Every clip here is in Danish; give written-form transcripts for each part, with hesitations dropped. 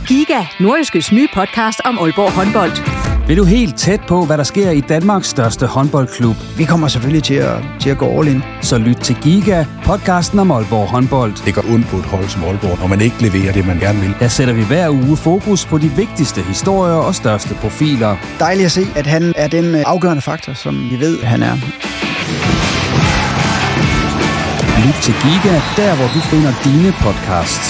Giga, Nordjyskes nye podcast om Aalborg håndbold. Vil du helt tæt på, hvad der sker i Danmarks største håndboldklub? Vi kommer selvfølgelig til at gå all in. Så lyt til Giga, podcasten om Aalborg håndbold. Det går ondt på et hold som Aalborg, når man ikke leverer det, man gerne vil. Der sætter vi hver uge fokus på de vigtigste historier og største profiler. Dejligt at se, at han er den afgørende faktor, som vi ved, han er. Lyt til Giga, der hvor du finder dine podcasts.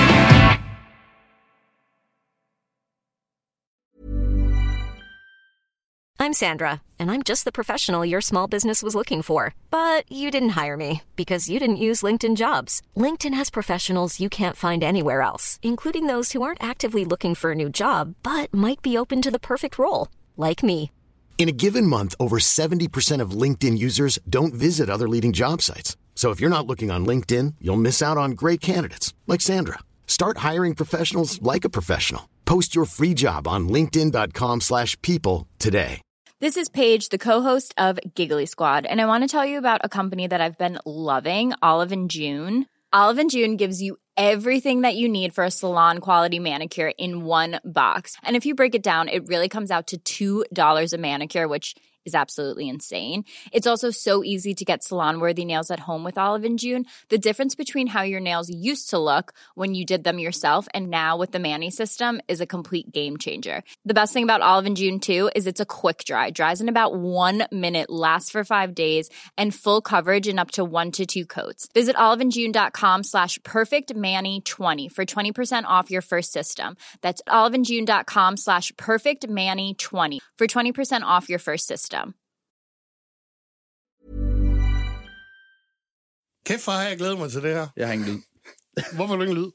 I'm Sandra, and I'm just the professional your small business was looking for. But you didn't hire me because you didn't use LinkedIn Jobs. LinkedIn has professionals you can't find anywhere else, including those who aren't actively looking for a new job, but might be open to the perfect role, like me. In a given month, over 70% of LinkedIn users don't visit other leading job sites. So if you're not looking on LinkedIn, you'll miss out on great candidates like Sandra. Start hiring professionals like a professional. Post your free job on linkedin.com/people today. This is Paige, the co-host of Giggly Squad, and I want to tell you about a company that I've been loving, Olive & June. Olive & June gives you everything that you need for a salon-quality manicure in one box. And if you break it down, it really comes out to $2 a manicure, which is absolutely insane. It's also so easy to get salon-worthy nails at home with Olive & June. The difference between how your nails used to look when you did them yourself and now with the Mani system is a complete game changer. The best thing about Olive & June, too, is it's a quick dry. Dries in about 1 minute, lasts for 5 days, and full coverage in up to 1 to 2 coats. Visit oliveandjune.com/perfectmani20 for 20% off your first system. That's oliveandjune.com/perfectmani20 for 20% off your first system. Kæft, for har jeg glædet mig til det her. Jeg har ingen lyd. Hvorfor har du ingen lyd?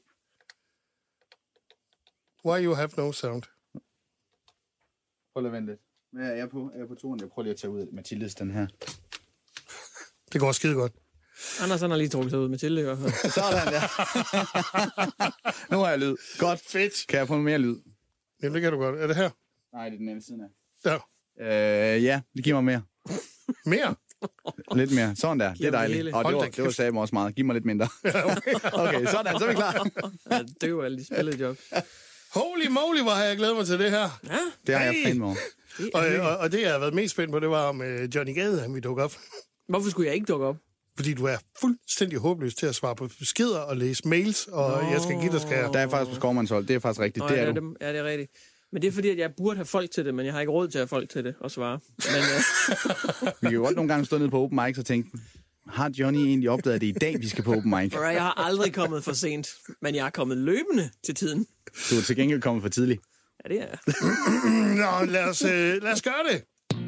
Why you have no sound? Prøv at vente lidt. Jeg er på turen. Jeg prøver lige at tage ud af Mathildes, den her. Det går skide godt. Anders han har lige trukket sig ud med Mathilde. Sådan, ja. Nu har jeg lyd. Godt. Fedt. Kan jeg få mere lyd? Jamen, det kan du godt. Er det her? Nej, det er den anden side af. Der. Ja, det giver mig mere. Mere? Lidt mere. Sådan der. Det er dejligt. Og det var sagde mig også meget. Giv mig lidt mindre. Okay, sådan. Så er vi klar. Ja, det var alle de spillede job. Holy moly, hvor har jeg glædet mig til det her. Ja. Det har jeg fandme over. Og det, jeg har været mest spændt på, det var om Johnny Gade, han ville dukke op. Hvorfor skulle jeg ikke dukke op? Fordi du er fuldstændig håbløs til at svare på beskeder og læse mails, og jeg skal give dig skære. Der er faktisk på skovmandshold. Det er faktisk rigtigt. Det er du. Ja, det er rigtigt. Men det er fordi, at jeg burde have folk til det, men jeg har ikke råd til at have folk til det og svare. Men, vi kan jo godt nogle gange stå nede på open mic og tænke, har Johnny egentlig opdaget, at det er i dag, vi skal på open mic? Jeg har aldrig kommet for sent, men jeg er kommet løbende til tiden. Du er til gengæld kommet for tidligt. Ja, det er jeg. Nå, lad os gøre det.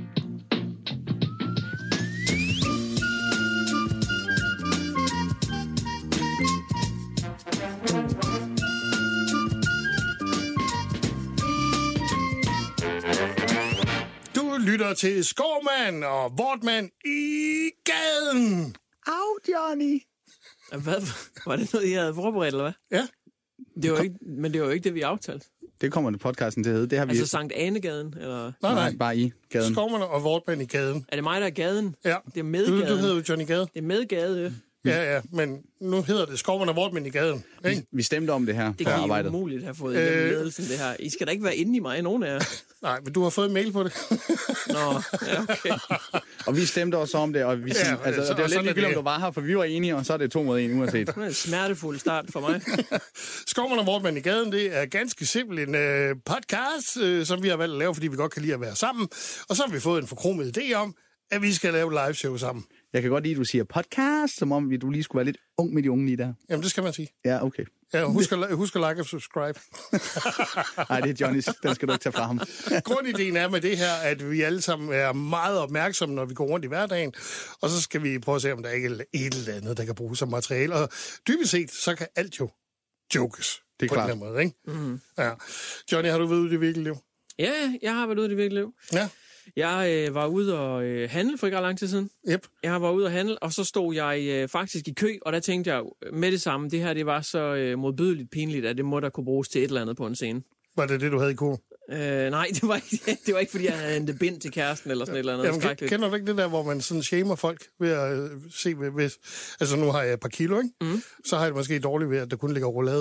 Lytter til Skovmand og Vortmand i gaden. Au, Johnny. Hvad? Var det noget, I havde forberedt, eller hvad? Ja. Det var ikke, men det var jo ikke det, vi aftalte. Det kommer podcasten til at hedde. Det har vi... Altså Sankt Anegaden, eller? Nej, bare i gaden. Skovmand og Vortmand i gaden. Er det mig, der er gaden? Ja. Det er med gaden. Du hedder jo Johnny Gade. Det er med gade, Ja, men nu hedder det Skovmand og Vortmand i gaden. Ikke? Vi stemte om det her. Det kan I umuligt have fået igennem ledelsen, det her. I skal da ikke være inde i mig, nogen af jer. Nej, men du har fået en mail på det. Nå, ja, okay. Og vi stemte også om det, og vi det var lidt ligegyldigt, om du var her, for vi var enige, og så er det 2-1 uanset. Det er en smertefuld start for mig. Skovmand og Vortmand i gaden, det er ganske simpelt en podcast, som vi har valgt at lave, fordi vi godt kan lide at være sammen. Og så har vi fået en forkromet idé om, at vi skal lave live show sammen. Jeg kan godt lide, at du siger podcast, som om du lige skulle være lidt ung med de unge lige der. Jamen, det skal man sige. Ja, okay. Ja, husk at like og subscribe. Nej, det er Johnnys. Den skal du ikke tage fra ham. Grundideen er med det her, at vi alle sammen er meget opmærksomme, når vi går rundt i hverdagen. Og så skal vi prøve at se, om der ikke er et eller andet, der kan bruges som materiale. Og dybest set, så kan alt jo jokes. Det er på klart. en eller anden måde, ikke? Mm-hmm. Ja. Johnny, har du været ude i det virkelige liv? Ja, jeg har været ude i det virkelige liv. Ja. Jeg var ude og handle for ikke ret lang tid siden. Yep. Jeg var ude og handle, og så stod jeg faktisk i kø, og der tænkte jeg med det samme, det her det var så modbydeligt pinligt, at det må der kunne bruges til et eller andet på en scene. Var det det, du havde i kur? Nej, det var ikke, fordi jeg havde en bind til kæresten eller sådan et eller andet. Jamen, kender du ikke det der, hvor man sådan shamer folk ved at se, hvis, altså nu har jeg et par kilo, ikke? Mm. Så har jeg det måske dårligt ved, at der kun ligger roulade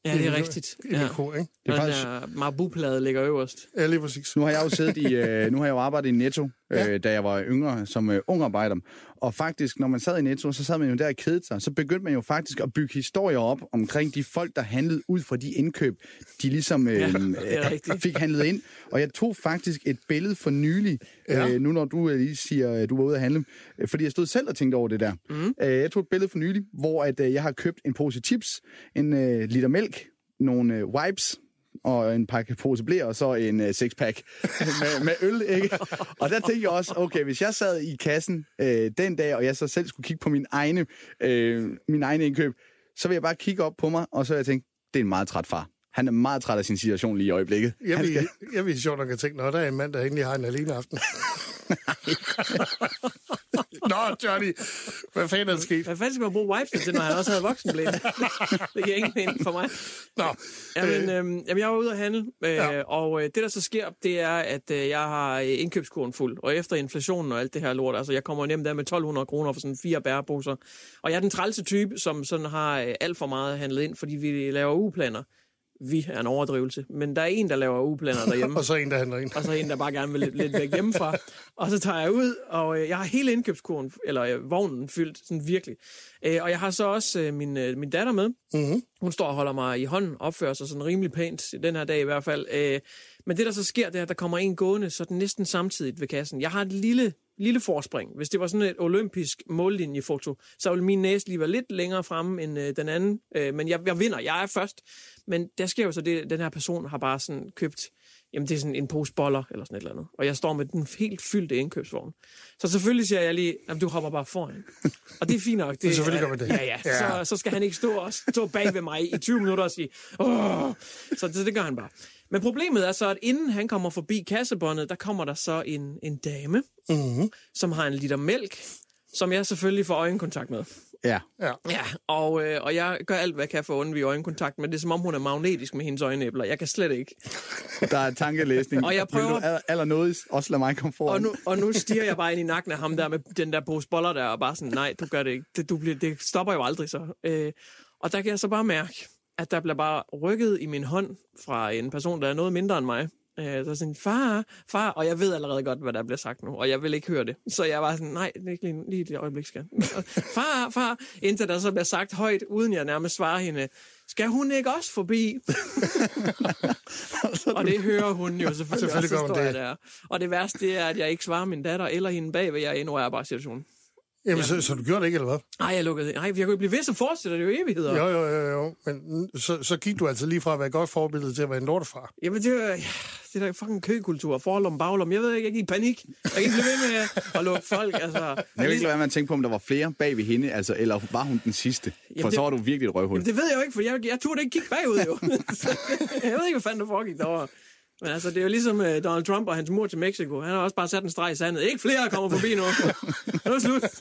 Ja, det er rigtigt. Ja. Det er faktisk... Den Marabu-plade ligger øverst. Ja, lige præcis. Nu har jeg jo siddet nu har jeg jo arbejdet i Netto, da jeg var yngre, som ung arbejder. Og faktisk, når man sad i Netto, så sad man jo der og kedede sig. Så begyndte man jo faktisk at bygge historier op omkring de folk, der handlede ud fra de indkøb, de ligesom fik handlet ind. Og jeg tog faktisk et billede for nylig, nu når du lige siger, at du var ude at handle, fordi jeg stod selv og tænkte over det der. Jeg tog et billede for nylig, hvor at, jeg har købt en pose chips, en liter mælk, nogle wipes, og en pakke pose bler, og så en sixpack med øl, ikke? Og der tænkte jeg også, okay, hvis jeg sad i kassen den dag, og jeg så selv skulle kigge på min egne indkøb, så vil jeg bare kigge op på mig, og så vil jeg tænke, det er en meget træt far. Han er meget træt af sin situation lige i øjeblikket. Jeg vil sjovt nok at tænke, der er en mand, der egentlig har en alene aften. Nå, Johnny, hvad fanden er der sket? Hvad fanden skal man bruge wipes til, når han også havde voksenblæn? Det giver ingen mening for mig. Nå. Jamen, jeg var ude at handle, og det, der så sker, det er, at jeg har indkøbskurven fuld. Og efter inflationen og alt det her lort, altså jeg kommer hjem der med 1.200 kroner for sådan 4 bæreposer. Og jeg er den trælse type, som sådan har alt for meget handlet ind, fordi vi laver ugeplaner. Vi er en overdrivelse, men der er en, der laver ugeplaner derhjemme. Og så en, der handler ind. Og så en, der bare gerne vil lidt væk hjemmefra. Og så tager jeg ud, og jeg har hele indkøbskurven, eller vognen fyldt, sådan virkelig. Og jeg har så også min datter med. Mm-hmm. Hun står og holder mig i hånden, opfører sig sådan rimelig pænt, den her dag i hvert fald. Men det, der så sker, det er, at der kommer en gående, så den næsten samtidigt ved kassen. Jeg har et lille forspring. Hvis det var sådan et olympisk mållinjefoto, så ville min næse lige være lidt længere fremme end den anden. Men jeg vinder. Jeg er først. Men der sker jo så det, den her person har bare sådan købt, jamen det er sådan en pose boller eller sådan et eller andet. Og jeg står med den helt fyldte indkøbsvogn. Så selvfølgelig siger jeg lige, jamen du hopper bare foran. Og det er fint nok. Det, selvfølgelig gør man det. Ja. Så skal han ikke stå bag ved mig i 20 minutter og sige, åh. Så det gør han bare. Men problemet er så, at inden han kommer forbi kassebåndet, der kommer der så en dame, som har en liter mælk, som jeg selvfølgelig får øjenkontakt med. Ja, og jeg gør alt, hvad jeg kan for at undvige øjenkontakt, men det er som om, hun er magnetisk med hendes øjenæbler. Jeg kan slet ikke. Der er tankelæsning. Og jeg prøver... Vil du allernådigt også lade mig komme foran? Og nu stiger jeg bare ind i nakken af ham der med den der pose boller der, og bare sådan, nej, du gør det ikke. Det stopper jo aldrig så. Og der kan jeg så bare mærke, at der bliver bare rykket i min hånd fra en person, der er noget mindre end mig. Så er sådan, far, og jeg ved allerede godt, hvad der bliver sagt nu, og jeg vil ikke høre det. Så jeg var sådan, nej, det er ikke lige et øjeblik, skal. Far, indtil der så bliver sagt højt, uden jeg nærmest svarer hende, skal hun ikke også forbi? Og det hører hun jo selvfølgelig også, så står jeg der. Og det værste, det er, at jeg ikke svarer min datter eller hende bagved, jeg ignorerer bare situationen. Jamen, så du gjorde det ikke, eller hvad? Nej, jeg lukkede. Nej, jeg kunne blive ved, så fortsætter det jo evigheder. Jo. Men så gik du altså lige fra at være et godt forbillede til at være en lortefar. Jamen, det der fucking køkultur, forlom, baglom. Jeg ved ikke, jeg gik i panik. Jeg kan ikke blive ved med at lukke folk, altså. Jeg vil ikke lade være med at tænke på, om der var flere bag ved hende, altså, eller var hun den sidste? For så var du virkelig et røvhul. Jamen, det ved jeg jo ikke, for jeg turde ikke kigge bagud, jo. Jeg ved ikke, hvad fanden der foregik derovre. Men altså, det er jo ligesom Donald Trump og hans mor til Mexico. Han har også bare sat en streg i sandet. Ikke flere kommer forbi nu. Nu er det slut.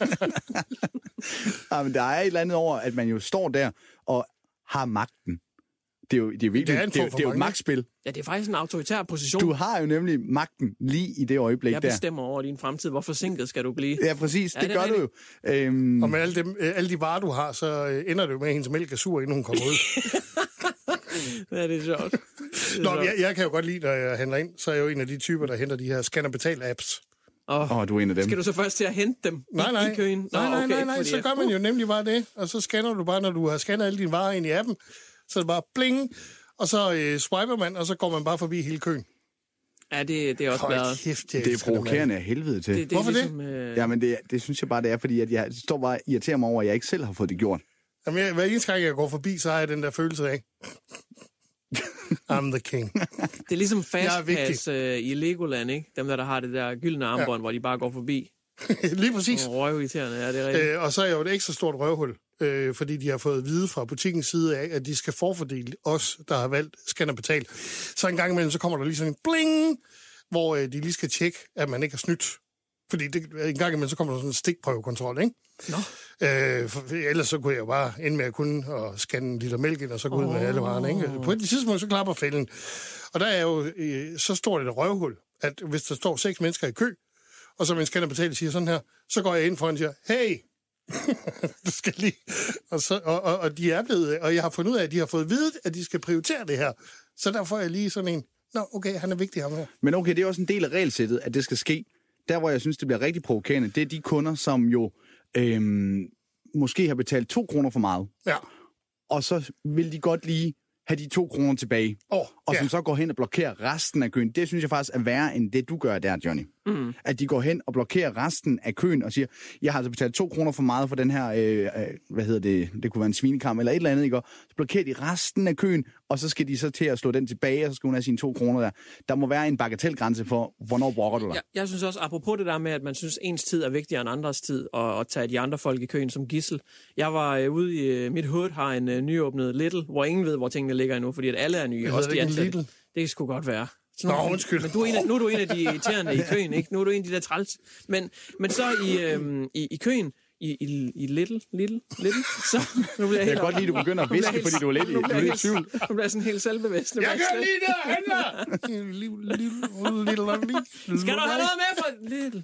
Ja, men der er et eller andet over, at man jo står der og har magten. Det er jo virkelig, det er jo et magtspil. Ja, det er faktisk en autoritær position. Du har jo nemlig magten lige i det øjeblik der. Jeg bestemmer over din fremtid. Hvor forsinket skal du blive? Ja, præcis. Det gør du jo. Og med alle de varer, du har, så ender det jo med, at hendes mælk er sur, inden hun kommer ud. Ja, det er sjovt. Jeg kan jo godt lide, når jeg handler ind, så er jeg jo en af de typer, der henter de her scan-og-betal-apps. Du er en af dem. Skal du så først til at hente dem i køen? Nej, så gør man jo nemlig bare det. Og så scanner du bare, når du har scannet alle dine varer ind i appen, så er det bare bling, og så swiper man, og så går man bare forbi hele køen. Ja, det er også blæret. Det er provokerende af helvede til. Hvorfor ligesom, det? Jamen, det synes jeg bare, det er, fordi at jeg står bare og irriterer mig over, at jeg ikke selv har fået det gjort. Jamen, hver eneste gang, jeg går forbi, så har jeg den der følelse af, I'm the king. Det er ligesom fastpass i Legoland, ikke? Dem der har det der gyldne armbånd, hvor de bare går forbi. Lige præcis. Røvirriterende, ja, det er rigtigt. Og så er jo et ekstra stort røvhul, fordi de har fået at vide fra butikkens side af, at de skal forfordele os, der har valgt scan og betal. Så en gang imellem, så kommer der lige sådan en bling, hvor de lige skal tjekke, at man ikke har snydt. Fordi en gang imellem, så kommer der sådan en stikprøvekontrol, ikke? Nå. Ellers så kunne jeg jo bare ende med at kunne scanne en liter mælk ind, og så gå ud med alle varerne, ikke? På et tidspunkt, så klapper fælden. Og der er jo så stort et røvhul, at hvis der står 6 mennesker i kø, og så min scanner betaler siger sådan her, så går jeg ind foran og siger, hey, Du skal lige... Og de er blevet... Og jeg har fundet ud af, at de har fået videt, at de skal prioritere det her. Så derfor er jeg lige sådan en... Nå, okay, han er vigtig ham her. Men okay, det er også en del af regelsættet, at det skal ske. Der, hvor jeg synes, det bliver rigtig provokerende, det er de kunder, som jo måske har betalt 2 kroner for meget. Ja. Og så vil de godt lige have de 2 kroner tilbage. Og som så går hen og blokerer resten af køen. Det synes jeg faktisk er værre end det, du gør der, Johnny. Mm. At de går hen og blokerer resten af køen og siger, jeg har altså betalt 2 kroner for meget for den her, det kunne være en svinekamp eller et eller andet, ikke? Så blokerer de resten af køen, og så skal de så til at slå den tilbage, og så skal hun have sine 2 kroner der. Der må være en bagatelgrænse for, hvornår brokker du dig. Jeg synes også, apropos det der med, at man synes, ens tid er vigtigere end andres tid, og tage de andre folk i køen som gidsel. Jeg var ude i mit hood, har en nyåbnet Lidl, hvor ingen ved, hvor tingene ligger endnu, fordi at alle er nye. Også de ansatte. Det kan sgu godt være. Nå, undskyld. Men nu er du en af de irriterende i køen, ikke? Nu er du en af de der træls. Men så i køen, i Little, så nu bliver jeg kan godt lide, at du begynder at viske, fordi du er lidt i tvivl. Nu bliver jeg sådan helt selvbevidst. Jeg kan lige det, handler! Skal du have noget med for Little?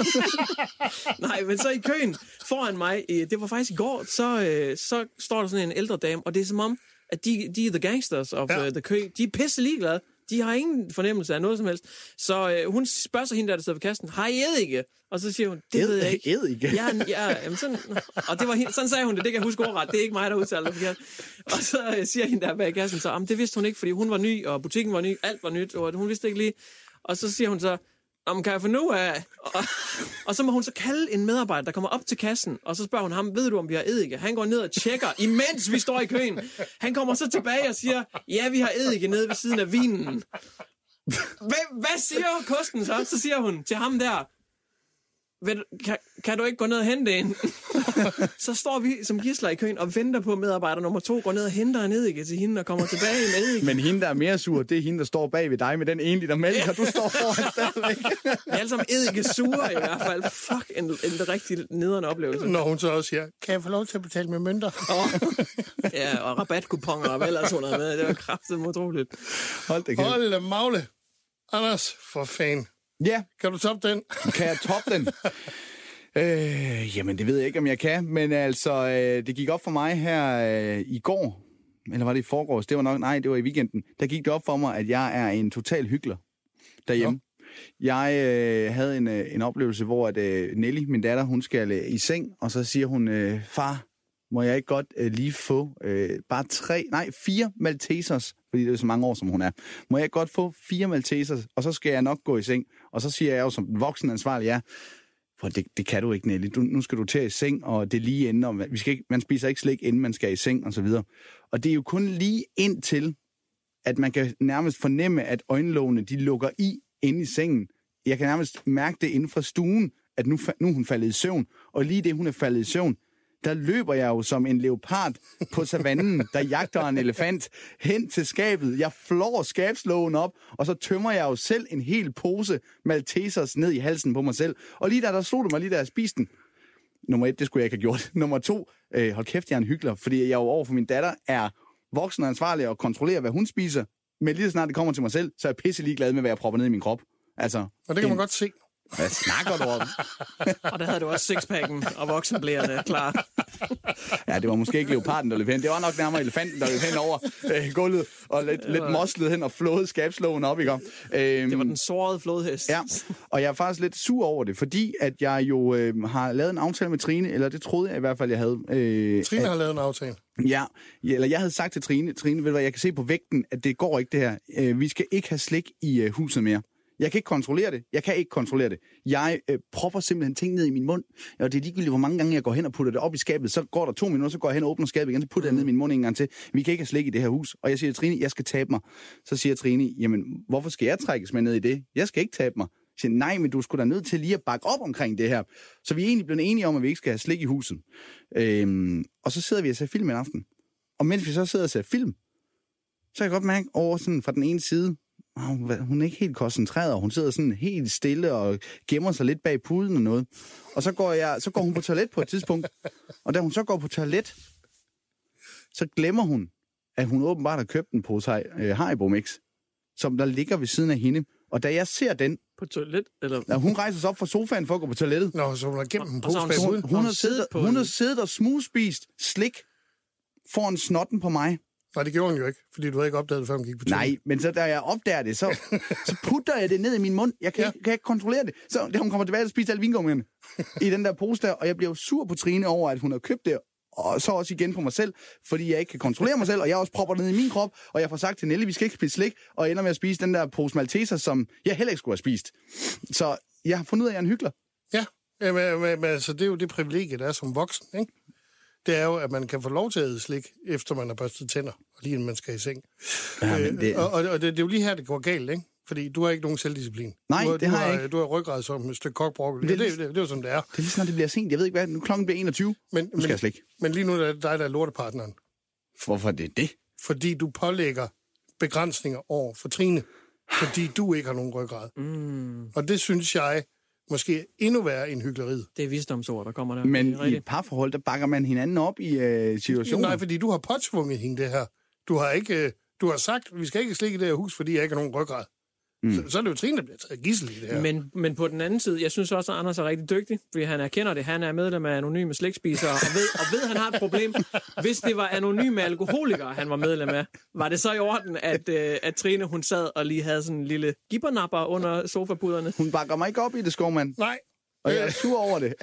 Nej, men så i køen foran mig, det var faktisk i går, så står der sådan en ældre dame, og det er som om, at de er the gangsters of the kø. De er pisse ligeglade. De har ingen fornemmelse af noget som helst. Så hun spørger sig hende, der sidder ved kassen, har I eddike? Og så siger hun, det ved jeg ikke. Eddike? Ja, jamen sådan, og det var sådan sagde hun det, det kan jeg huske overret. Det er ikke mig, der udtaler det. Og så siger hende der bag kassen så, det vidste hun ikke, fordi hun var ny, og butikken var ny, alt var nyt, og hun vidste ikke lige. Og så siger hun så, kan jeg få nu af? Og så må hun så kalde en medarbejder, der kommer op til kassen, og så spørger hun ham, ved du, om vi har eddike? Han går ned og tjekker, imens vi står i køen. Han kommer så tilbage og siger, ja, vi har eddike nede ved siden af vinen. Hvad siger kosten så? Så siger hun til ham der, kan du ikke gå ned og hente en? Så står vi som gidsler i køen og venter på, at medarbejder nummer 2 går ned og henter en eddike til hende og kommer tilbage med eddike. Men hende, der er mere sur, det er hende, der står bag ved dig med den 1 liter mælk, og du står foran stadigvæk. Vi er alle sammen eddike sure i hvert fald. Fuck, en rigtig nederen oplevelse. Når hun så også siger, kan jeg få lov til at betale med mønter? Ja, og rabatkuponer og hvad ellers hun havde med. Det var kraftigt utroligt. Hold da magle. Anders, for fan. Ja. Kan du toppe den? Kan jeg toppe den? Jamen, det ved jeg ikke, om jeg kan. Men altså, det gik op for mig her i går. Eller var det i forgårs? Det var i weekenden. Der gik det op for mig, at jeg er en total hyggelig derhjemme. Ja. Jeg havde en oplevelse, hvor at, Nelly, min datter, hun skal i seng, og så siger hun, far, må jeg ikke godt lige få bare 4 Maltesers, fordi det er så mange år, som hun er. Må jeg godt få 4 Maltesers, og så skal jeg nok gå i seng. Og så siger jeg jo som voksen ansvarlig, ja, for det kan du ikke, Nelly. Nu skal du til i seng, og det er lige inden, og man spiser ikke slik, inden man skal i seng, og så videre. Og det er jo kun lige indtil, at man kan nærmest fornemme, at øjenlågene, de lukker inde i sengen. Jeg kan nærmest mærke det inden fra stuen, at nu er hun faldet i søvn. Og lige det, hun er faldet i søvn, der løber jeg jo som en leopard på savannen, der jagter en elefant hen til skabet. Jeg flår skabslågen op, og så tømmer jeg jo selv en hel pose Maltesers ned i halsen på mig selv. Og lige der slog det mig, lige da jeg spiste den. Nummer 1, det skulle jeg ikke have gjort. Nummer 2, hold kæft, jeg er en hyggelig, fordi jeg jo over for min datter er voksen og ansvarlig og kontrollerer, hvad hun spiser. Men lige så snart det kommer til mig selv, så er jeg pisse ligeglad med, hvad jeg propper ned i min krop. Altså, og det kan man godt se. Hvad snakker du om? Og der havde du også sixpacken og voksenblærerne klar. Ja, det var måske ikke leoparden, der løb hen. Det var nok nærmere elefanten, der løb hen over gulvet og lidt moslet hen og flåede skabslågen op, ikke? Det var den sårede flodhest. Ja, og jeg er faktisk lidt sur over det, fordi at jeg jo har lavet en aftale med Trine, eller det troede jeg i hvert fald, jeg havde. Trine har lavet en aftale? Ja, eller jeg havde sagt til Trine, ved du hvad, jeg kan se på vægten, at det går ikke det her. Vi skal ikke have slik i huset mere. Jeg kan ikke kontrollere det. Jeg propper simpelthen ting ned i min mund, og det er ligegyldigt, hvor mange gange jeg går hen og putter det op i skabet. Så går der 2 minutter, så går jeg hen og åbner skabet igen, så putter jeg ned i min mund en gang til. Vi kan ikke have slik i det her hus. Og jeg siger til Trine, jeg skal tabe mig. Så siger Trine, jamen, hvorfor skal jeg trækkes med ned i det? Jeg skal ikke tabe mig. Jeg siger, nej, men du skulle da nødt til lige at bakke op omkring det her. Så vi er egentlig blevet enige om, at vi ikke skal have slik i huset. Og så sidder vi og ser film en aften. Og mens vi så sidder og ser film, så kan jeg godt mærke over sådan fra den ene side, hun er ikke helt koncentreret, og hun sidder sådan helt stille og gemmer sig lidt bag puden og noget. Og så går hun på toilet på et tidspunkt, og da hun så går på toilet, så glemmer hun, at hun åbenbart har købt en pose Haribo Mix, som der ligger ved siden af hende. Og da jeg ser den, på toilet? Eller? Ja, hun rejser sig op fra sofaen for at gå på toilettet. Nå, så hun har gemt en Og så har pose hun- bagud. Hun har siddet og smugspist slik foran snotten på mig. Nej, det gjorde hun jo ikke, fordi du havde ikke opdaget det, før hun gik på toilet. Nej, men så da jeg opdager det, så putter jeg det ned i min mund. Jeg kan ikke kontrollere det. Så da hun kommer tilbage og spiser alle vingummierne i den der pose der, og jeg bliver jo sur på Trine over, at hun har købt det, og så også igen på mig selv, fordi jeg ikke kan kontrollere mig selv, og jeg også propper ned i min krop, og jeg får sagt til Nelly, vi skal ikke spise slik, og ender med at spise den der pose Malteser, som jeg heller ikke skulle have spist. Så jeg har fundet ud af, at jeg er en hyggelig. Ja, men altså, det er jo det privilegie, der er som voksen, ikke? Det er jo, at man kan få lov til at æde slik, efter man har børstet tænder, og lige inden man skal i seng. Ja, men det... Og det er jo lige her, det går galt, ikke? Fordi du har ikke nogen selvdisciplin. Nej, det har jeg ikke. Du har ryggrad som et stykke kokbroccoli. Det er jo sådan, det er. Det er lige snart, det bliver sent. Jeg ved ikke hvad. Nu klokken bliver 21. Nu skal jeg slik. Men lige nu er det dig, der er lortepartneren. Hvorfor er det det? Fordi du pålægger begrænsninger over for Trine. Fordi du ikke har nogen ryggrad. Og det synes jeg måske endnu værre end hykleriet. Det er visdomsord, der kommer der. Men i et parforhold, der bakker man hinanden op i situationen. Nej, fordi du har påtvunget hende det her. Du har sagt, vi skal ikke slikke i det her hus, fordi jeg ikke har nogen ryggrad. Så er det jo Trine, der bliver taget gidsel i det her. Men på den anden side, jeg synes også, at Anders er rigtig dygtig, fordi han erkender det. Han er medlem af anonyme slægtspisere, og ved, at han har et problem. Hvis det var anonyme alkoholikere, han var medlem af, var det så i orden, at Trine, hun sad og lige havde sådan en lille gibbernapper under sofapuderne? Hun bakker mig ikke op i det, Skovmand. Nej. Og jeg er sur over det.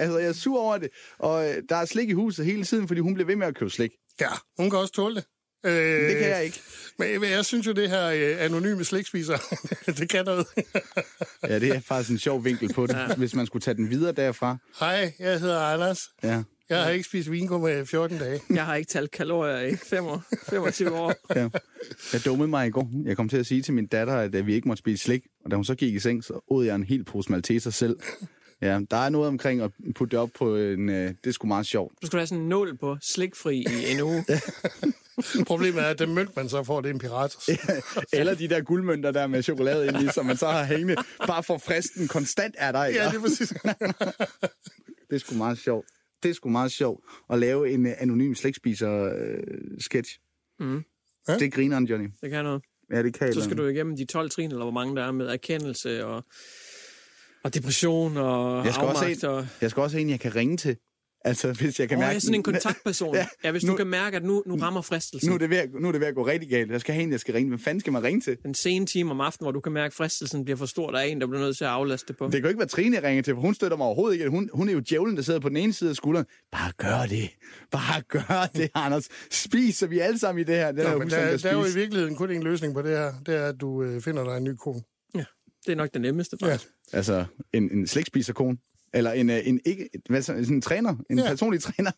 Og der er slik i huset hele tiden, fordi hun bliver ved med at købe slik. Ja, hun kan også tåle det. Det kan jeg ikke. Men jeg synes jo, det her anonyme slægtspisere, det kan noget. Ja, det er faktisk en sjov vinkel på det, hvis man skulle tage den videre derfra. Hej, jeg hedder Anders. Ja. Jeg har ikke spist vingummi i 14 dage. Jeg har ikke talt kalorier i 25 år. Ja. Jeg dummede mig i går. Jeg kom til at sige til min datter, at vi ikke måtte spise slik. Og da hun så gik i seng, så åd jeg en hel pose Malteser selv. Ja, der er noget omkring at putte det op på en... det er sgu meget sjovt. Du skulle have sådan en nål på slikfri i en uge. Problemet er, at det mønt, man så får, det er en piraters. Eller de der guldmønter der med chokolade ind i, som man så har hængende, bare for fristen konstant er der. Ja, det er præcis. Det er sgu meget sjovt. Det er sgu meget sjovt at lave en anonym slægtspiser-sketch. Ja? Det er grineren, Johnny. Det kan noget. Ja, det kan. Så skal du igennem de 12 trin, eller hvor mange der er med erkendelse og depression og afmagt. Jeg skal også have en, jeg kan ringe til. Altså, hvis jeg kan mærke... Jeg er sådan en kontaktperson. Ja, hvis du kan mærke, at nu rammer fristelsen. Nu er det ved at gå rigtig galt. Jeg skal have en, jeg skal ringe. Hvem fanden skal man ringe til? Den sene time om aftenen, hvor du kan mærke, at fristelsen bliver for stor. Der er en, der bliver nødt til at aflaste det på. Det kan jo ikke være Trine, jeg ringer til, for hun støtter mig overhovedet ikke. Hun er jo djævlen, der sidder på den ene side af skulderen. Bare gør det, Anders. Spiser vi alle sammen i det her. Der er jo i virkeligheden kun en løsning på det her. Det er, at du finder dig en ny kone. Ja, det er nok det nemmeste, faktisk. Ja. Altså, en slægtspiserkone. Eller en træner. En personlig træner.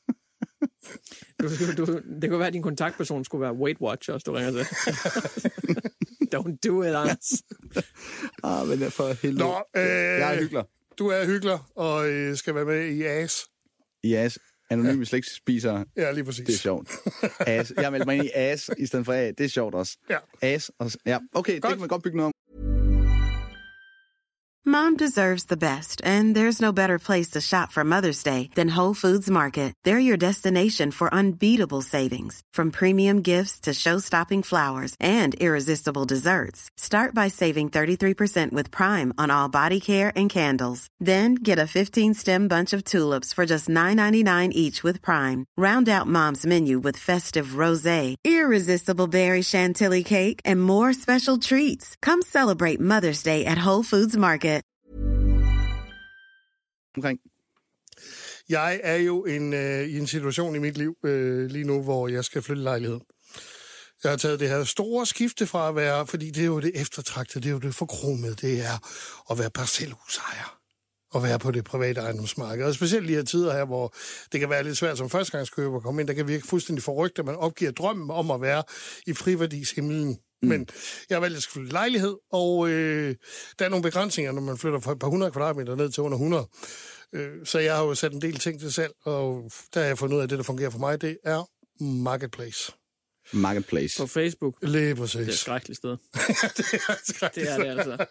Det kunne være, at din kontaktperson skulle være Weight Watchers, du ringer til. Don't do it, Anders. Men for helvede. Jeg er hyggelig. Du er hyggelig og skal være med i AS. I AS. Anonyme slægtsspisere. Ja, lige præcis. Det er sjovt. AS. Jeg melder mig ind i AS i stedet for A. Det er sjovt også. Ja. AS. Ja, okay, det kan man godt bygge noget om. Mom deserves the best, and there's no better place to shop for Mother's Day than Whole Foods Market. They're your destination for unbeatable savings, from premium gifts to show-stopping flowers and irresistible desserts. Start by saving 33% with Prime on all body care and candles. Then get a 15-stem bunch of tulips for just $9.99 each with Prime. Round out Mom's menu with festive rosé, irresistible berry chantilly cake, and more special treats. Come celebrate Mother's Day at Whole Foods Market. Omkring. Jeg er jo i en situation i mit liv lige nu, hvor jeg skal flytte lejlighed. Jeg har taget det her store skifte fra at være, fordi det er jo det eftertragtede, det er jo det forkromede, det er at være parcelhusejer og være på det private ejendomsmarked. Og specielt de her tider her, hvor det kan være lidt svært som førstegangskøber at komme ind, der kan virke fuldstændig forrygt, at man opgiver drømmen om at være i friværdishimlen. Men jeg har valgt at flytte lejlighed, og der er nogle begrænsninger, når man flytter fra et par 100 kvadratmeter ned til under 100. Så jeg har jo sat en del ting til salg, og der har jeg fundet ud af, at det, der fungerer for mig, det er Marketplace. Marketplace. På Facebook. Lige præcis. Det er et skrækkeligt sted. Det er det altså.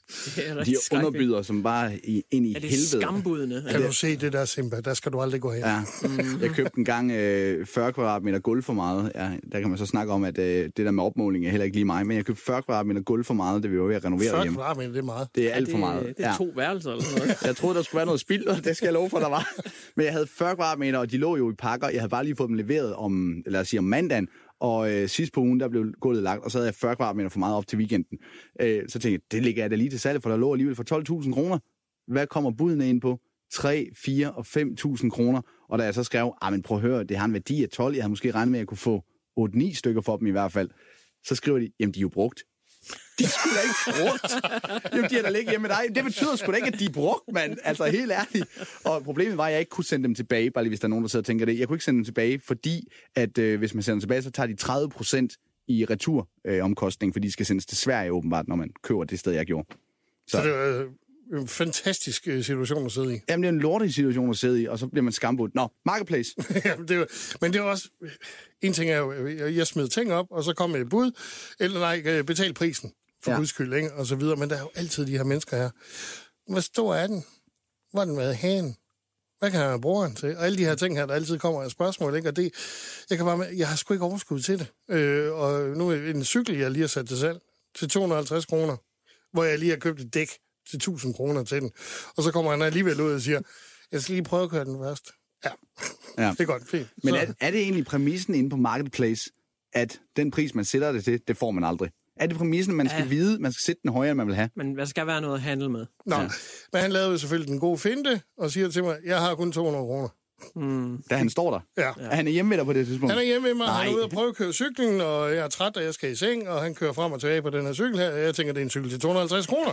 De underbyder som bare ind i helvede. Det er skambudene. Kan du se det der, Simba? Der skal du aldrig gå hen. Ja. Jeg købte en gang 40 kvadratmeter gulv for meget. Ja, der kan man så snakke om, at det der med opmåling er heller ikke lige mig. Men jeg købte 40 kvadratmeter gulv for meget, det vi var ved at renovere 40 hjemme. 40 kvadratmeter, det er meget. Det er alt for meget. Det er 2 værelser eller sådan noget. Jeg troede, der skulle være noget spild, og det skal jeg love for, der var. Men jeg havde 40 kvadratmeter, og de lå jo i pakker. Jeg havde bare lige fået dem leveret om mandagen. Og sidst på ugen, der blev gulvet lagt, og så havde jeg 40 kvadratmeter for meget op til weekenden. Så tænkte jeg, det ligger jeg da lige til salg, for der lå alligevel for 12.000 kroner. Hvad kommer budene ind på? 3, 4 og 5.000 kroner. Og da jeg så skrev, men prøv at høre, det har en værdi af 12. Jeg havde måske regnet med, at jeg kunne få 8-9 stykker for dem i hvert fald. Så skriver de, jamen de er jo brugt. De er sgu da ikke brugt. Jamen, de er da ligget hjemme med dig. Det betyder sgu da ikke, at de er brugt, mand. Altså, helt ærligt. Og problemet var, at jeg ikke kunne sende dem tilbage, bare lige hvis der er nogen, der sidder og tænker det. Jeg kunne ikke sende dem tilbage, fordi at hvis man sender dem tilbage, så tager de 30% i returomkostning, fordi de skal sendes til Sverige åbenbart, når man køber det sted, jeg gjorde. Så det er en fantastisk situation at sidde i. Jamen, det er en lortig situation at sidde i, og så bliver man skambudt. Nå, Marketplace. Men det er også... En ting er jo, jeg smider ting op, og så kommer et bud, eller nej, betal prisen for guds skyld, ikke? Og så videre. Men der er jo altid de her mennesker her. Hvor stor er den? Hvor er den været hagen? Hvad kan jeg bruge den til? Og alle de her ting her, der altid kommer af spørgsmål, ikke? Og det, jeg har sgu ikke overskud til det. Og nu er en cykel, jeg lige har sat til salg, til 250 kroner, hvor jeg lige har købt et dæk til 1.000 kroner til den. Og så kommer han alligevel ud og siger, jeg skal lige prøve at køre den først. Ja. Det er godt, fint. Men er det egentlig præmissen inde på Marketplace, at den pris, man sætter det til, det får man aldrig? Er det præmissen, man skal vide, man skal sætte den højere, end man vil have? Men der skal være noget at handle med. Men han lavede jo selvfølgelig den gode finte, og siger til mig, jeg har kun 200 kroner. Da han står der? Ja. Er han hjemme ved dig på det tidspunkt? Han er hjemme ved mig, han er ude og prøve at køre cyklen, og jeg er træt, og jeg skal i seng, og han kører frem og tilbage på den her cykel her, og jeg tænker, det er en cykel til 250 kroner.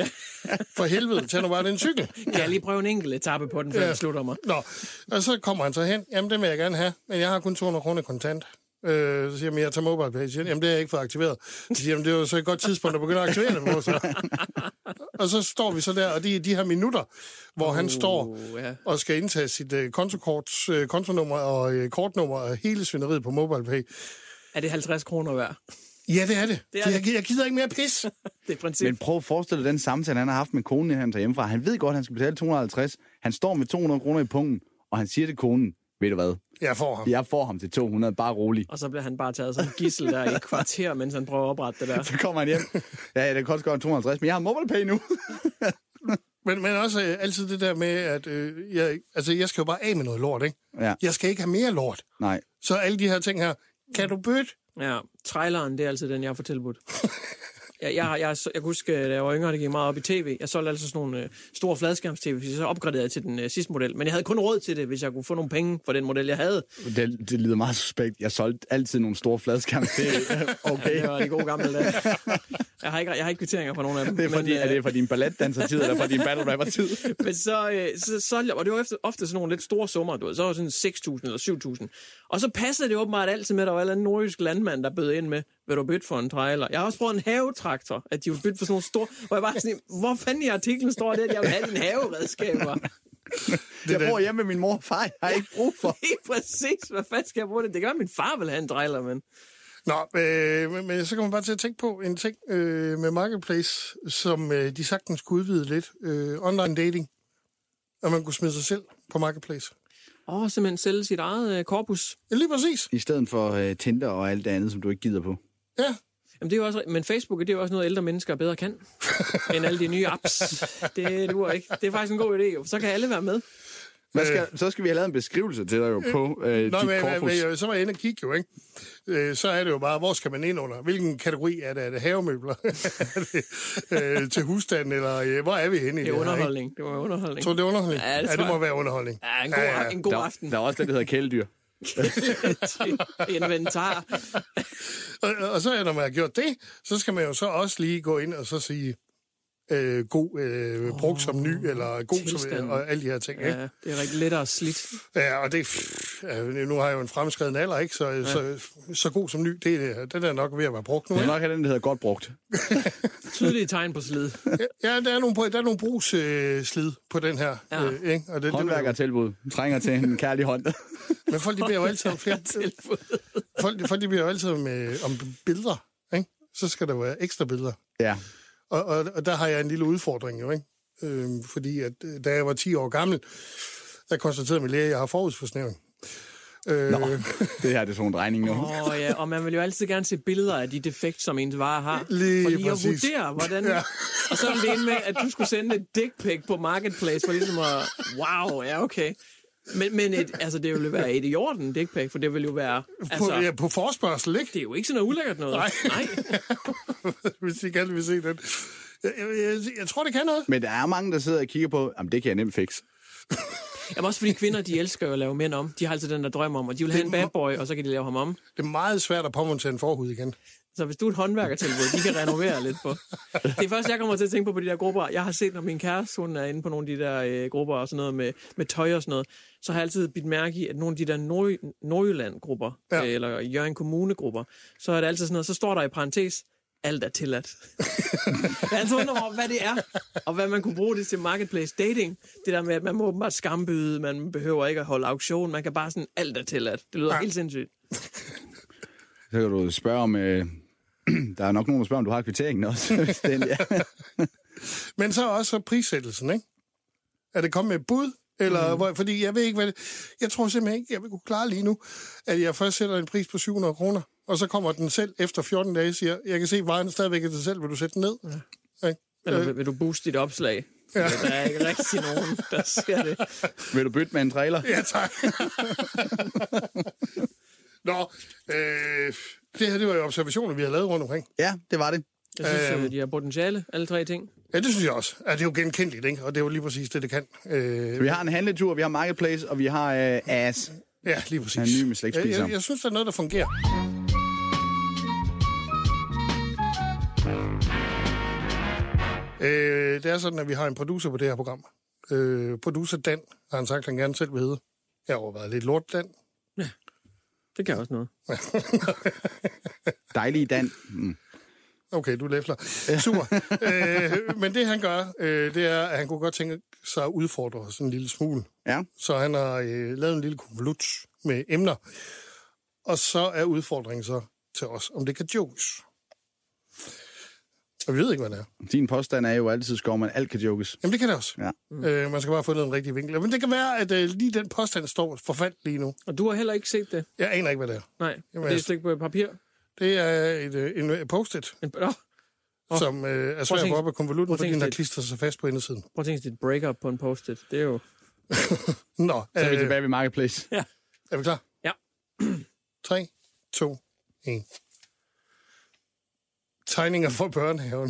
For helvede, tag nu bare den cykel. Kan jeg lige prøve en enkelt etape på den, før jeg slutter mig? Nå, og så kommer han så hen, jamen det vil jeg gerne have, men jeg har kun 200 kroner kontant. Så siger han, jeg tager MobilePay. Jamen, det har jeg ikke fået aktiveret. Så siger han, det er jo så et godt tidspunkt at begynde at aktivere det på. Så. Og så står vi så der, og de her minutter, hvor han står og skal indtage sit kontonummer og kortnummer og hele svineriet på MobilePay. Er det 50 kroner værd? Ja, det er det. Jeg gider ikke mere pis. Det er princip. Men prøv at forestille dig den samtale, han har haft med konen, han tager hjemmefra. Han ved godt, at han skal betale 250. Han står med 200 kroner i pungen, og han siger til konen, ved du hvad? Jeg får ham til 200, bare rolig. Og så bliver han bare taget som gidsel der i et kvarter, mens han prøver at oprette det der. Så kommer han hjem. Ja, det koster godt 250, men jeg har MobilePay nu. men også altid det der med, at jeg skal jo bare af med noget lort, ikke? Ja. Jeg skal ikke have mere lort. Nej. Så alle de her ting her, kan du bytte? Ja, traileren, det er altid den, jeg får tilbudt. Jeg kan huske, da jeg var yngre, det gik meget op i tv. Jeg solgte altså sådan nogle store fladskærms-tv, hvis jeg så opgraderede til den sidste model. Men jeg havde kun råd til det, hvis jeg kunne få nogle penge for den model, jeg havde. Det lyder meget suspekt. Jeg solgte altid nogle store fladskærms-tv. Okay. Ja, det var de gode gamle dage. Jeg har ikke kvitteringer for nogen af dem. Det er, fordi, er det for din balletdansertid, eller for din battle rapper-tid? Men så og det var ofte sådan nogle lidt store summer, du ved. Så var det sådan 6.000 eller 7.000. Og så passede det åbenbart altid med, at der var en eller anden nordjysk landmand, der bød ind med, vil du bytte for en trailer? Jeg har også prøvet en havetraktor, at de ville bytte for sådan nogle store, hvor jeg bare sådan, hvor fanden i artiklen står det, at jeg vil have dine haveredskaber? Jeg bor hjemme med min mor og far, jeg har ikke brug for. Helt præcis, hvad fanden skal jeg bruge det? Det gør min far vil have en trailer, men... Nå, men så kan man bare til at tænke på en ting med Marketplace, som de sagtens kunne udvide lidt. Online dating. Og man kunne smide sig selv på Marketplace. Simpelthen sælge sit eget korpus. Ja, lige præcis. I stedet for Tinder og alt det andet, som du ikke gider på. Ja. Jamen, det er jo også, men Facebook, det er jo også noget, ældre mennesker bedre kan, end alle de nye apps. Det duer ikke. Det er faktisk en god idé. Så kan alle være med. Så skal vi have lavet en beskrivelse til dig jo på dit korpus. Så var jeg inde og kigge jo, ikke? Så er det jo bare, hvor skal man ind under? Hvilken kategori er det? Er det havemøbler? Er det til husstanden? Eller hvor er vi henne i det? Det er underholdning. Det var underholdning. Tror du, det er underholdning? Ja, det må være underholdning. Ja, en god aften. Der er også det, der hedder kæledyr. Inventar. Og så når man har gjort det, så skal man jo så også lige gå ind og så sige brugt som ny, eller god som, og alle de her ting. Ja, ikke? det er rigtig lettere slidt. Ja, og det, nu har jeg jo en fremskreden alder, ikke? Så god som ny, den er nok ved at være brugt nu. Det er nok den, der hedder godt brugt. Tydelige tegn på slid. Ja, der er nogle brugsslid på den her. Ja. Ikke? Og håndværkertilbud. Trænger til en kærlig hånd. Men folk, de beder jo altid om flere tilbud. folk de bliver jo altid om billeder, ikke? Så skal der være ekstra billeder. Ja. Og der har jeg en lille udfordring jo, ikke? Fordi at, da jeg var 10 år gammel, der konstaterede min læge, at jeg har forhudsforsnævring. Nå, det her er sådan en drejning nu. Ja, og man vil jo altid gerne se billeder af de defekt, som ens varer har. Lige for lige præcis. at vurdere, hvordan... Ja. Og så er det ene med, at du skulle sende et dick pic på Marketplace, for ligesom at... Wow, ja, okay. Men det ville være et i orden, dick pic, for det vil jo være... Altså, på forespørgsel, ikke? Det er jo ikke sådan noget ulækkert noget. Nej. Hvis I gerne vil se den. Jeg tror, det kan noget. Men der er mange, der sidder og kigger på, jamen det kan jeg nemt fikse. Jamen også fordi kvinder, de elsker jo at lave mænd om. De har altid den der drøm om, og de vil have en bad boy, og så kan de lave ham om. Det er meget svært at påmontere en forhud igen. Så hvis du er et håndværkertilbud, de kan renovere lidt på. Det er først, jeg kommer til at tænke på de der grupper. Jeg har set, når min kæreste, hun er inde på nogle af de der grupper og sådan noget med tøj og sådan noget, så har jeg altid bidt mærke i, at nogle af de der Nordjylland-grupper, eller Hjørring Kommune-grupper, så er det altid sådan noget, så står der i parentes, alt er tilladt. Jeg altid undrer mig, hvad det er, og hvad man kunne bruge det til marketplace dating. Det der med, at man må åbenbart skambyde, man behøver ikke at holde auktion, man kan bare sådan, alt er tilladt. Det lyder helt sindssygt. Så kan du spørge om... der er nok nogen, der spørger, om du har kvitteringen også. Men så også prissættelsen, ikke? Er det kommet med et bud? Eller, fordi jeg ved ikke, hvad det... Jeg tror simpelthen ikke, jeg vil kunne klare lige nu, at jeg først sætter en pris på 700 kroner, og så kommer den selv efter 14 dage og siger, jeg kan se, at varen stadigvæk er til selv, vil du sætte den ned? Ja. Eller vil du booste dit opslag? Ja. Der er ikke rigtig nogen, der siger det. Vil du bytte med en trailer? Ja, tak. Nå, det her, det var jo observationer, vi har lavet rundt omkring. Ja, det var det. Jeg synes, de har potentiale, alle tre ting. Ja, det synes jeg også. Ja, det er jo genkendeligt, ikke? Og det er jo lige præcis det kan. Så vi har en handletur, vi har Marketplace, og vi har As. Ja, lige præcis. Anonyme slægtsspiser. Jeg synes, der er noget, der fungerer. Det er sådan, at vi har en producer på det her program. Producer Dan, har han sagt, at han gerne selv vil hedde. Jeg har overvejet lidt lort Dan. Ja, det kan også noget. Dejlig Dan. Mm. Okay, du læfler. Super. Men det han gør, det er, at han kunne godt tænke sig at udfordre os en lille smule. Ja. Så han har lavet en lille konvolut med emner. Og så er udfordringen så til os, om det kan jokes. Og vi ved ikke, hvad det er. Din påstand er jo altid, at man alt kan jokes. Jamen, det kan det også. Ja. Man skal bare få den rigtige vinkel. Men det kan være, at lige den påstand står forfaldt lige nu. Og du har heller ikke set det? Jeg aner ikke, hvad det er. Nej, det er et stykke på papir. Det er en post-it, som er svært at få op af konvolutten, fordi den har klistret sig fast på indersiden. Prøv at tænke dit break-up på en post-it. Det er jo... Nå. Så er vi tilbage ved Marketplace. Ja. Er vi klar? Ja. 3, 2, 1. Tegninger fra børnehaven.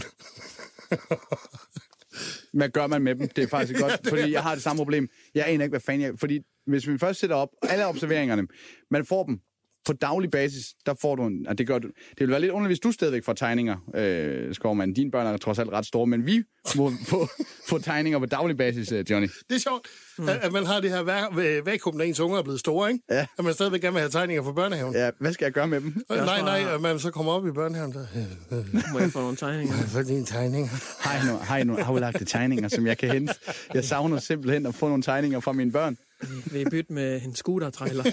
Hvad gør man med dem? Det er faktisk godt, fordi jeg har det samme problem. Jeg aner ikke, hvad fanden jeg... Fordi hvis vi først sætter op alle observeringerne, man får dem på daglig basis, der får du en... Det vil være lidt underligt, hvis du stadigvæk får tegninger, Skovmand. Dine børn er trods alt ret store, men vi må få tegninger på daglig basis, Johnny. Det er sjovt, at man har det her vakuum, når ens unger er blevet store, ikke? Ja. At man stadigvæk gerne vil have tegninger fra børnehaven. Ja, hvad skal jeg gøre med dem? Nej, at man så kommer op i børnehaven. Der. Må jeg få nogle tegninger? Få dine tegninger. Har I nogle aflagte tegninger, som jeg kan hente? Jeg savner simpelthen at få nogle tegninger fra mine børn. Vil I bytte med en scooter-trailer?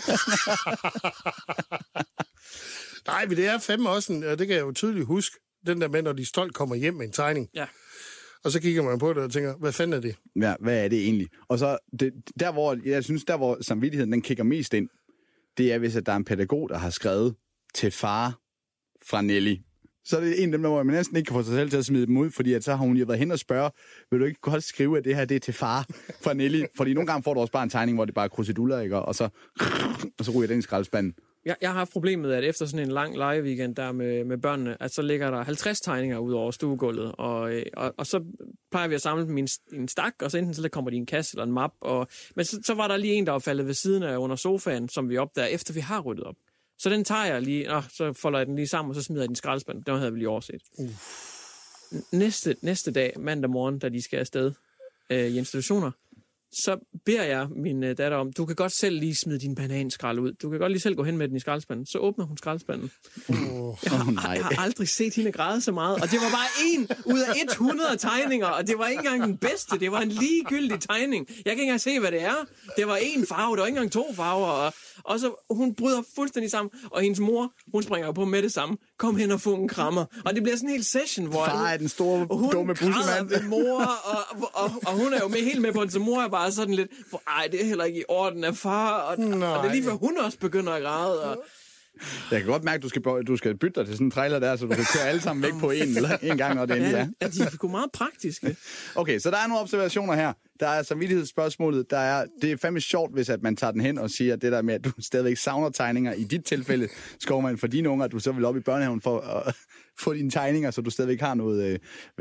Nej, men det er fandme også og det kan jeg jo tydeligt huske, den der med, når de stolt kommer hjem med en tegning. Ja. Og så kigger man på det og tænker, hvad fanden er det? Ja, hvad er det egentlig? Og så, der hvor samvittigheden, den kigger mest ind, det er, hvis at der er en pædagog, der har skrevet til far fra Nelly. Så er det en af dem, hvor man næsten ikke kan få sig selv til at smide dem ud, fordi at så har hun jo været hen og spørge, vil du ikke godt skrive, at det her det er til far fra Nelly? Fordi nogle gange får du også bare en tegning, hvor det bare er kruseduller, ikke? Og så ryger den i skraldespanden. Jeg har haft problemet, at efter sådan en lang legeweekend der med børnene, at så ligger der 50 tegninger ud over stuegulvet, og så plejer vi at samle dem i en stak, og så enten så kommer de i en kasse eller en map. Men så var der lige en, der var faldet ved siden af under sofaen, som vi opdager, efter vi har ryddet op. Så den tager jeg lige, så folder jeg den lige sammen, og så smider jeg den i skraldespanden. Den havde vi lige overset. Næste dag, mandag morgen, da de skal afsted i institutioner, så beder jeg min datter om, du kan godt selv lige smide din bananskrald ud. Du kan godt lige selv gå hen med den i skraldespanden. Så åbner hun skraldespanden. Jeg har aldrig set hende græde så meget. Og det var bare 1 ud af 100 tegninger, og det var ikke engang den bedste. Det var en ligegyldig tegning. Jeg kan ikke engang se, hvad det er. Det var 1 farve, der var ikke engang 2 farver. Og så hun bryder fuldstændig sammen, og hendes mor, hun springer jo på med det samme. Kom hen og få en krammer. Og det bliver sådan en hel session, hvor far er den store, dumme bussemand. Ved mor, og hun er jo helt med på det, så mor er bare sådan lidt, det er heller ikke i orden af far, og det er lige før hun også begynder at græde, og jeg kan godt mærke, at du skal bytte dig til sådan en trailer der, så du kan køre alle sammen væk på en gang, når det endelig er. Ja, de er sgu meget praktiske. Okay, så der er nogle observationer her. Der er samvittighedsspørgsmålet. Det er fandme sjovt, hvis at man tager den hen og siger, at det der med, at du stadigvæk savner tegninger. I dit tilfælde, Skovmand, for dine unger, at du så vil op i børnehaven for at få dine tegninger, så du stadigvæk har noget,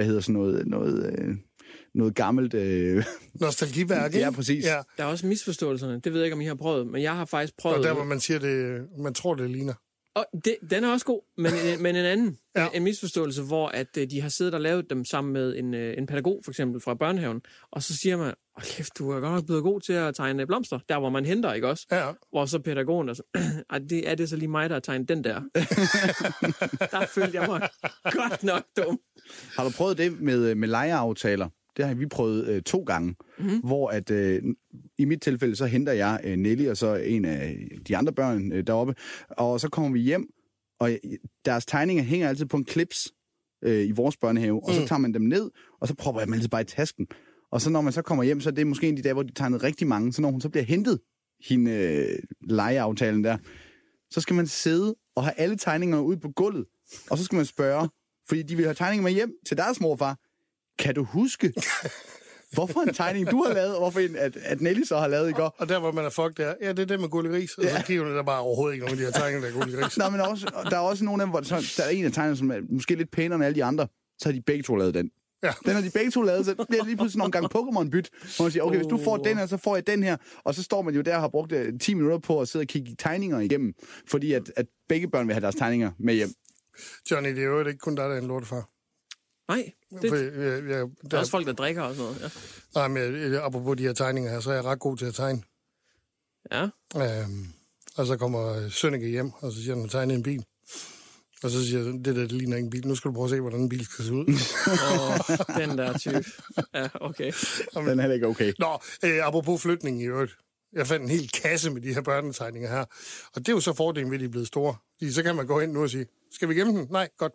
noget gammelt... Nostalgiværk, ikke? Ja, præcis. Ja. Der er også misforståelserne. Det ved jeg ikke, om I har prøvet, men jeg har faktisk prøvet... Og der, hvor man siger det, man tror, det ligner. Og den er også god, men en anden en misforståelse, hvor at de har siddet og lavet dem sammen med en pædagog, for eksempel fra børnehaven, og så siger man, kæft, du er godt nok blevet god til at tegne blomster, der hvor man henter, ikke også? Ja. Hvor så pædagogen er så, er det så lige mig, der har tegnet den der? Der følte jeg mig godt nok dum. Har du prøvet det med lejeaftaler? Det har vi prøvet 2 gange, hvor at i mit tilfælde, så henter jeg Nelly og så en af de andre børn deroppe, og så kommer vi hjem, og deres tegninger hænger altid på en clips i vores børnehave, og så tager man dem ned, og så propper jeg dem altid bare i tasken. Og så når man så kommer hjem, så er det måske en af de dage, hvor de tegnede rigtig mange, så når hun så bliver hentet, hende lejeaftalen der, så skal man sidde og have alle tegningerne ud på gulvet, og så skal man spørge, fordi de vil have tegninger med hjem til deres morfar. Kan du huske, hvorfor en tegning du har lavet, og hvorfor en, at Nelly så har lavet i går? Og der, hvor man er fuck der, det er det med Gulli Gris, og så kigger der bare overhovedet ikke nogen af de her tegninger, der er Gulli Gris. Nej, men der er også nogle af dem, hvor der er en af tegnerne, som er måske lidt pænere end alle de andre, så har de begge to lavet den. Ja. Den har de begge to lavet, så bliver det lige pludselig nogle gange Pokémon-byt, hvor man siger, okay, hvis du får den her, så får jeg den her, og så står man jo der og har brugt 10 minutter på at sidde og kigge tegninger igennem, fordi at begge børn vil have deres tegninger med hjem. Johnny, det er jo ikke kun dig, der er en lortefar. Nej, der er også folk, der drikker og sådan noget. Ja. Nej, men apropos de her tegninger her, så er jeg ret god til at tegne. Ja. Og så kommer Sønneke hjem, og så siger han, at tegne en bil. Og så siger jeg, det ligner ikke en bil. Nu skal du prøve at se, hvordan en bil skal se ud. Den der type. Ja, okay. Den er heller ikke okay. Nå, apropos flytning i øvrigt. Jeg fandt en hel kasse med de her børnetegninger her. Og det er jo så fordelen ved, at de er blevet store. Så kan man gå ind nu og sige, skal vi gemme den? Nej, godt.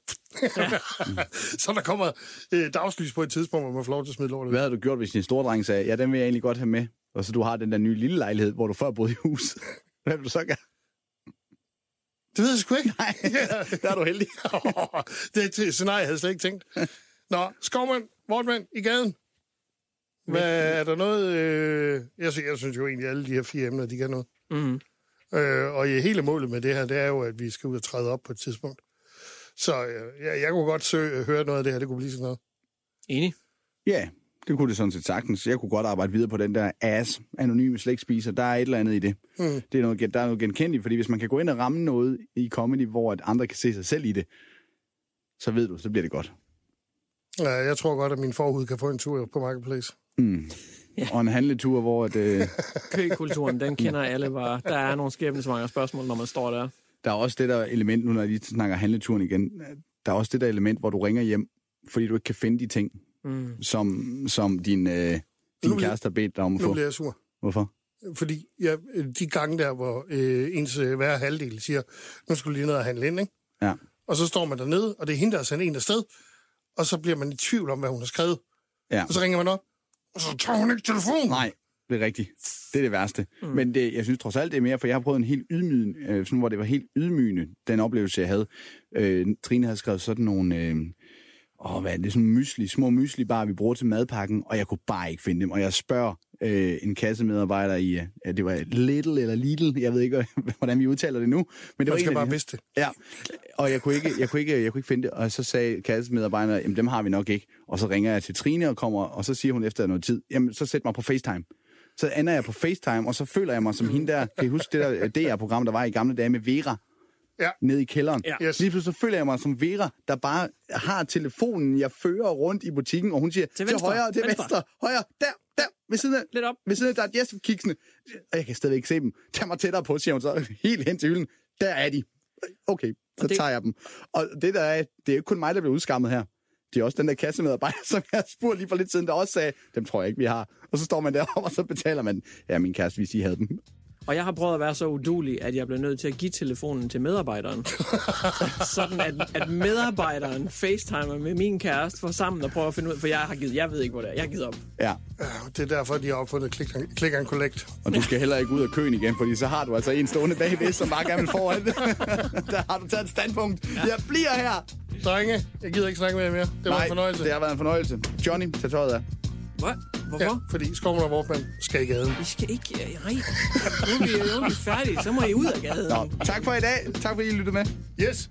Så der kommer dagslys på et tidspunkt, hvor man får lov til at smide lortet. Hvad havde du gjort, hvis din store dreng sagde, ja, den vil jeg egentlig godt have med, og så du har den der nye lille lejlighed, hvor du før boede i hus? Hvad vil du så gøre? Det ved jeg sgu ikke. Nej, der er du heldig. Det scenarie jeg havde slet ikke tænkt. Nå, Skovmand, Vortmand i gaden. Hvad er der noget... Jeg synes jo egentlig, at alle de her 4 emner, de kan noget. Mm. Og hele målet med det her, det er jo, at vi skal ud og træde op på et tidspunkt. Så jeg kunne godt høre noget af det her, det kunne blive sådan noget. Enig? Ja, det kunne det sådan set sagtens. Jeg kunne godt arbejde videre på den der anonyme slægtspiser. Der er et eller andet i det. Det er der er noget genkendeligt, fordi hvis man kan gå ind og ramme noget i comedy, hvor at andre kan se sig selv i det, så ved du, så bliver det godt. Ja, jeg tror godt, at min forhud kan få en tur på Marketplace. Ja. Og en handletur, hvor... Køkulturen, den kender alle bare. Der er nogle skæbnesvangre spørgsmål, når man står der. Der er også det der element, nu når de snakker handleturen igen, der er også det der element, hvor du ringer hjem, fordi du ikke kan finde de ting, som din kæreste har bedt dig om at få. Nu bliver jeg sur. Hvorfor? Fordi de gange der, hvor ens hver halvdel siger, nu skal du lige ned og handle ind, ikke? Ja. Og så står man dernede, og det er hende, der har sendt en afsted, og så bliver man i tvivl om, hvad hun har skrevet. Ja. Og så ringer man op, og så tager hun ikke telefonen. Nej, det er rigtigt. Det er det værste. Men jeg synes trods alt, det er mere, for jeg har prøvet en helt ydmygende, sådan, hvor det var helt ydmygende, den oplevelse, jeg havde. Trine havde skrevet sådan nogle, hvad er det, sådan små mysli-barer, vi bruger til madpakken, og jeg kunne bare ikke finde dem. Og jeg spørger en kassemedarbejder i, det var Little eller Lidl, jeg ved ikke, hvordan vi udtaler det nu. Men det var skal bare vidste det. Ja, og jeg kunne ikke finde det, og så sagde kassemedarbejderen, jamen dem har vi nok ikke. Og så ringer jeg til Trine og kommer, og så siger hun efter noget tid, jamen så sæt mig på FaceTime. Så ender jeg på FaceTime, og så føler jeg mig som hende der, kan I huske det der DR-program, der var i gamle dage med Vera? Ja. Nede i kælderen. Ja. Yes. Lige pludselig så føler jeg mig som Vera, der bare har telefonen, jeg fører rundt i butikken, og hun siger, til højre, til venstre, højre, der, ved siden af, lidt op. Ved siden af, der er digestive-kiksene. Og jeg kan stadigvæk ikke se dem. Tag mig tættere på, siger hun så, helt hen til hylden. Der er de. Okay, så tager jeg dem. Og det er jo ikke kun mig, der bliver udskammet her. Det er også den der kassemedarbejder, som jeg spurgte lige for lidt siden, der også sagde, dem tror jeg ikke, vi har. Og så står man deroppe, og så betaler man, ja, min kæreste, hvis I havde dem. Og jeg har prøvet at være så uduelig, at jeg blev nødt til at give telefonen til medarbejderen. Sådan at medarbejderen facetimer med min kæreste for sammen og prøver at finde ud, for jeg ved ikke, hvor det er. Jeg har givet op. Ja. Det er derfor, de har opfundet click and collect. Og du skal heller ikke ud af køen igen, fordi så har du altså en stående bagved, som bare gerne vil foran. Der har du taget et standpunkt. Ja. Jeg bliver her. Drenge, jeg gider ikke snakke med jer mere. Det var en fornøjelse. Det har været en fornøjelse. Johnny, tag tøjet af. Hvad? Hvorfor? Ja, fordi Skovman og Vortman skal i gaden. I skal ikke... Nej, nu er vi færdige. Så må I ud af gaden. Nå, tak for i dag. Tak fordi I lyttede med. Yes.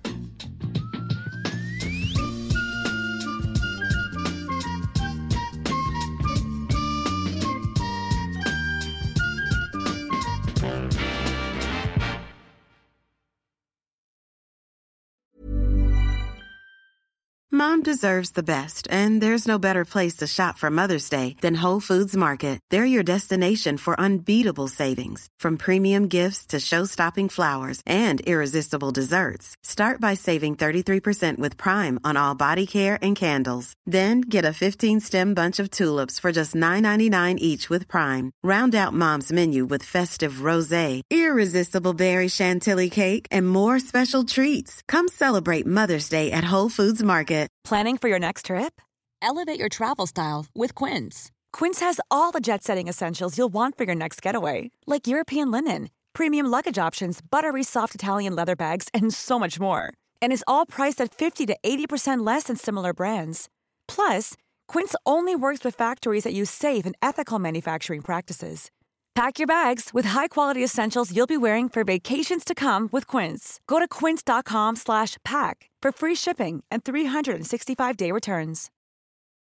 Mom deserves the best, and there's no better place to shop for Mother's Day than Whole Foods Market. They're your destination for unbeatable savings, from premium gifts to show-stopping flowers and irresistible desserts. Start by saving 33% with Prime on all body care and candles. Then get a 15-stem bunch of tulips for just $9.99 each with Prime. Round out Mom's menu with festive rosé, irresistible berry chantilly cake, and more special treats. Come celebrate Mother's Day at Whole Foods Market. Planning for your next trip? Elevate your travel style with Quince. Quince has all the jet-setting essentials you'll want for your next getaway, like European linen, premium luggage options, buttery soft Italian leather bags, and so much more. And is all priced at 50 to 80% less than similar brands. Plus, Quince only works with factories that use safe and ethical manufacturing practices. Pack your bags with high-quality essentials you'll be wearing for vacations to come with Quince. Go to quince.com/pack for free shipping and 365-day returns.